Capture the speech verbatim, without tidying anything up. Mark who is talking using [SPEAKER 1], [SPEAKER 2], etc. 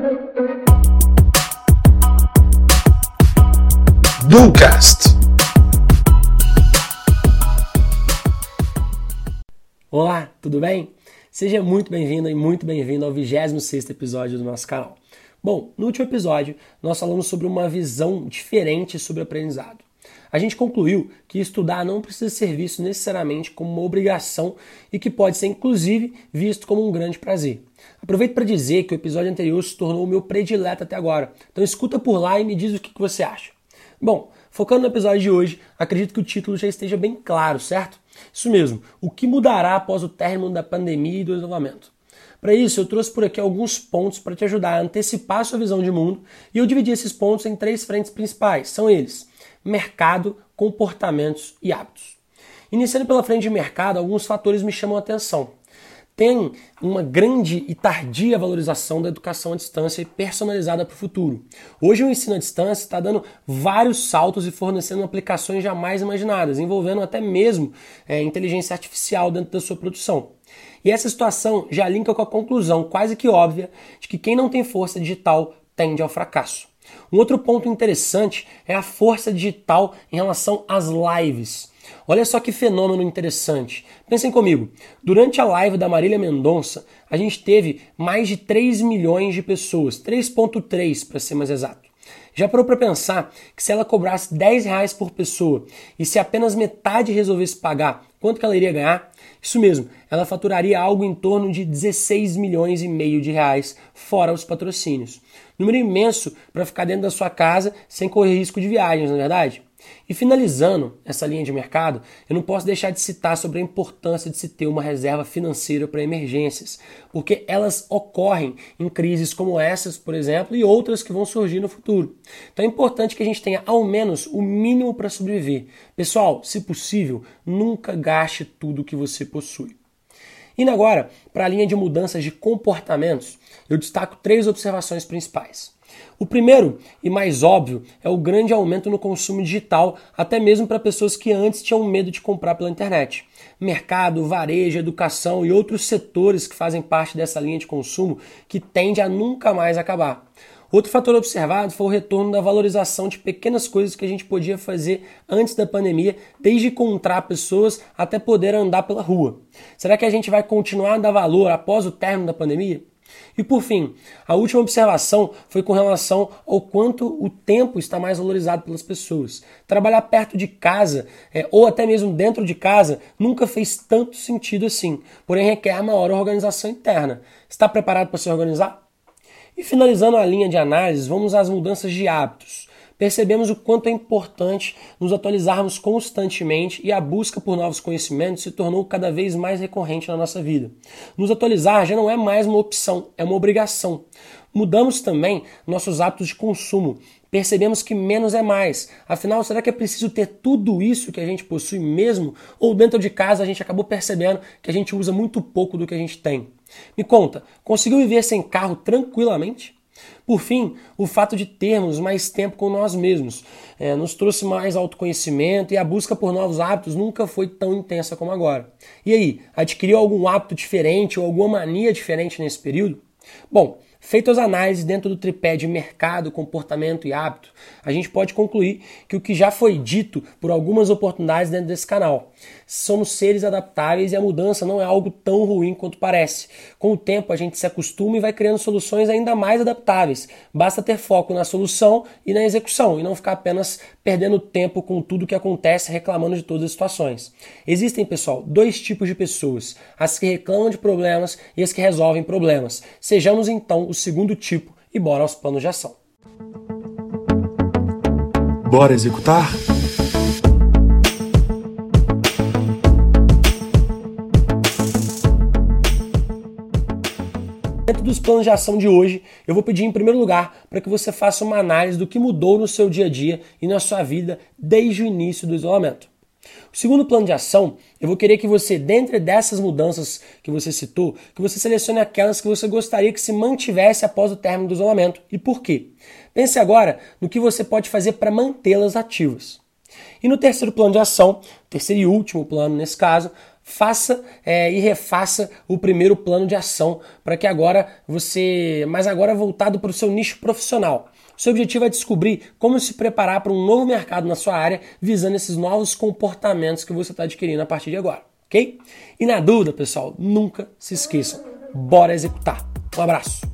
[SPEAKER 1] Bullcast.
[SPEAKER 2] Olá, tudo bem? Seja muito bem-vindo e muito bem-vindo ao vigésimo sexto episódio do nosso canal. Bom, no último episódio nós falamos sobre uma visão diferente sobre o aprendizado. A gente concluiu que estudar não precisa ser visto necessariamente como uma obrigação e que pode ser inclusive visto como um grande prazer. Aproveito para dizer que o episódio anterior se tornou o meu predileto até agora, então escuta por lá e me diz o que você acha. Bom, focando no episódio de hoje, acredito que o título já esteja bem claro, certo? Isso mesmo, o que mudará após o término da pandemia e do isolamento? Para isso, eu trouxe por aqui alguns pontos para te ajudar a antecipar a sua visão de mundo e eu dividi esses pontos em três frentes principais. São eles: mercado, comportamentos e hábitos. Iniciando pela frente de mercado, alguns fatores me chamam a atenção. Tem uma grande e tardia valorização da educação à distância e personalizada para o futuro. Hoje o ensino à distância está dando vários saltos e fornecendo aplicações jamais imaginadas, envolvendo até mesmo é, inteligência artificial dentro da sua produção. E essa situação já linka com a conclusão quase que óbvia de que quem não tem força digital tende ao fracasso. Um outro ponto interessante é a força digital em relação às lives. Olha só que fenômeno interessante. Pensem comigo, durante a live da Marília Mendonça, a gente teve mais de três milhões de pessoas, três vírgula três para ser mais exato. Já parou para pensar que se ela cobrasse dez reais por pessoa e se apenas metade resolvesse pagar, quanto que ela iria ganhar? Isso mesmo, ela faturaria algo em torno de dezesseis milhões e meio de reais, fora os patrocínios. Número imenso para ficar dentro da sua casa sem correr risco de viagens, não é verdade? E finalizando essa linha de mercado, eu não posso deixar de citar sobre a importância de se ter uma reserva financeira para emergências, porque elas ocorrem em crises como essas, por exemplo, e outras que vão surgir no futuro. Então é importante que a gente tenha ao menos o mínimo para sobreviver. Pessoal, se possível, nunca gaste tudo que você possui. Indo agora para a linha de mudanças de comportamentos, eu destaco três observações principais. O primeiro e mais óbvio é o grande aumento no consumo digital, até mesmo para pessoas que antes tinham medo de comprar pela internet. Mercado, varejo, educação e outros setores que fazem parte dessa linha de consumo que tende a nunca mais acabar. Outro fator observado foi o retorno da valorização de pequenas coisas que a gente podia fazer antes da pandemia, desde encontrar pessoas até poder andar pela rua. Será que a gente vai continuar a dar valor após o término da pandemia? E por fim, a última observação foi com relação ao quanto o tempo está mais valorizado pelas pessoas. Trabalhar perto de casa, é, ou até mesmo dentro de casa, nunca fez tanto sentido assim, porém requer maior organização interna. Está preparado para se organizar? E finalizando a linha de análise, vamos às mudanças de hábitos. Percebemos o quanto é importante nos atualizarmos constantemente e a busca por novos conhecimentos se tornou cada vez mais recorrente na nossa vida. Nos atualizar já não é mais uma opção, é uma obrigação. Mudamos também nossos hábitos de consumo. Percebemos que menos é mais. Afinal, será que é preciso ter tudo isso que a gente possui mesmo? Ou dentro de casa a gente acabou percebendo que a gente usa muito pouco do que a gente tem? Me conta, conseguiu viver sem carro tranquilamente? Por fim, o fato de termos mais tempo com nós mesmos é, nos trouxe mais autoconhecimento e a busca por novos hábitos nunca foi tão intensa como agora. E aí, adquiriu algum hábito diferente ou alguma mania diferente nesse período? Bom, feitas as análises dentro do tripé de mercado, comportamento e hábito, a gente pode concluir que o que já foi dito por algumas oportunidades dentro desse canal. Somos seres adaptáveis e a mudança não é algo tão ruim quanto parece. Com o tempo a gente se acostuma e vai criando soluções ainda mais adaptáveis. Basta ter foco na solução e na execução e não ficar apenas perdendo tempo com tudo que acontece reclamando de todas as situações. Existem, pessoal, dois tipos de pessoas: as que reclamam de problemas e as que resolvem problemas. Sejamos então o segundo tipo e bora aos planos de ação.
[SPEAKER 1] Bora executar?
[SPEAKER 2] Dentro dos planos de ação de hoje, eu vou pedir em primeiro lugar para que você faça uma análise do que mudou no seu dia a dia e na sua vida desde o início do isolamento. O segundo plano de ação, eu vou querer que você, dentre dessas mudanças que você citou, que você selecione aquelas que você gostaria que se mantivesse após o término do isolamento. E por quê? Pense agora no que você pode fazer para mantê-las ativas. E no terceiro plano de ação, terceiro e último plano nesse caso, faça é, e refaça o primeiro plano de ação para que agora você, mas agora voltado para o seu nicho profissional. Seu objetivo é descobrir como se preparar para um novo mercado na sua área, visando esses novos comportamentos que você está adquirindo a partir de agora, ok? E na dúvida, pessoal, nunca se esqueçam, bora executar. Um abraço!